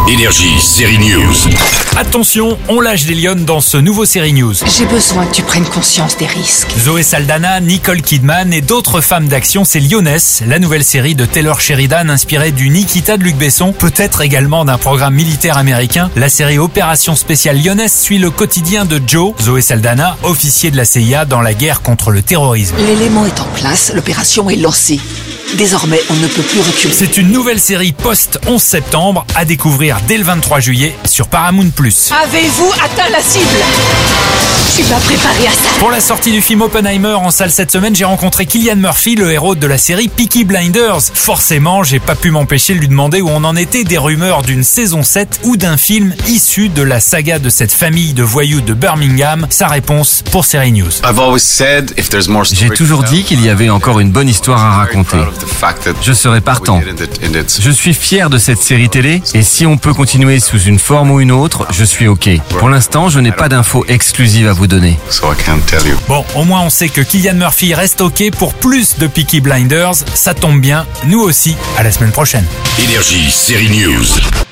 Énergie, série News. Attention, on lâche des lionnes dans ce nouveau série News. J'ai besoin que tu prennes conscience des risques. Zoé Saldana, Nicole Kidman et d'autres femmes d'action, c'est Lioness, la nouvelle série de Taylor Sheridan inspirée du Nikita de Luc Besson, peut-être également d'un programme militaire américain. La série Opération spéciale Lioness suit le quotidien de Joe, Zoé Saldana, officier de la CIA dans la guerre contre le terrorisme. L'élément est en place, l'opération est lancée. Désormais, on ne peut plus reculer. C'est une nouvelle série post-11 septembre à découvrir dès le 23 juillet sur Paramount+. Avez-vous atteint la cible? Je suis pas préparé à ça. Pour la sortie du film Oppenheimer en salle cette semaine, j'ai rencontré Cillian Murphy, le héros de la série Peaky Blinders. Forcément, j'ai pas pu m'empêcher de lui demander où on en était des rumeurs d'une saison 7 ou d'un film issu de la saga de cette famille de voyous de Birmingham. Sa réponse pour Série News. J'ai toujours dit qu'il y avait encore une bonne histoire à raconter. Je serai partant. Je suis fier de cette série télé et si on peut continuer sous une forme ou une autre, je suis OK. Pour l'instant, je n'ai pas d'infos exclusives à vous donner. Bon, au moins on sait que Cillian Murphy reste OK pour plus de Peaky Blinders. Ça tombe bien, nous aussi. À la semaine prochaine. Énergie, série News.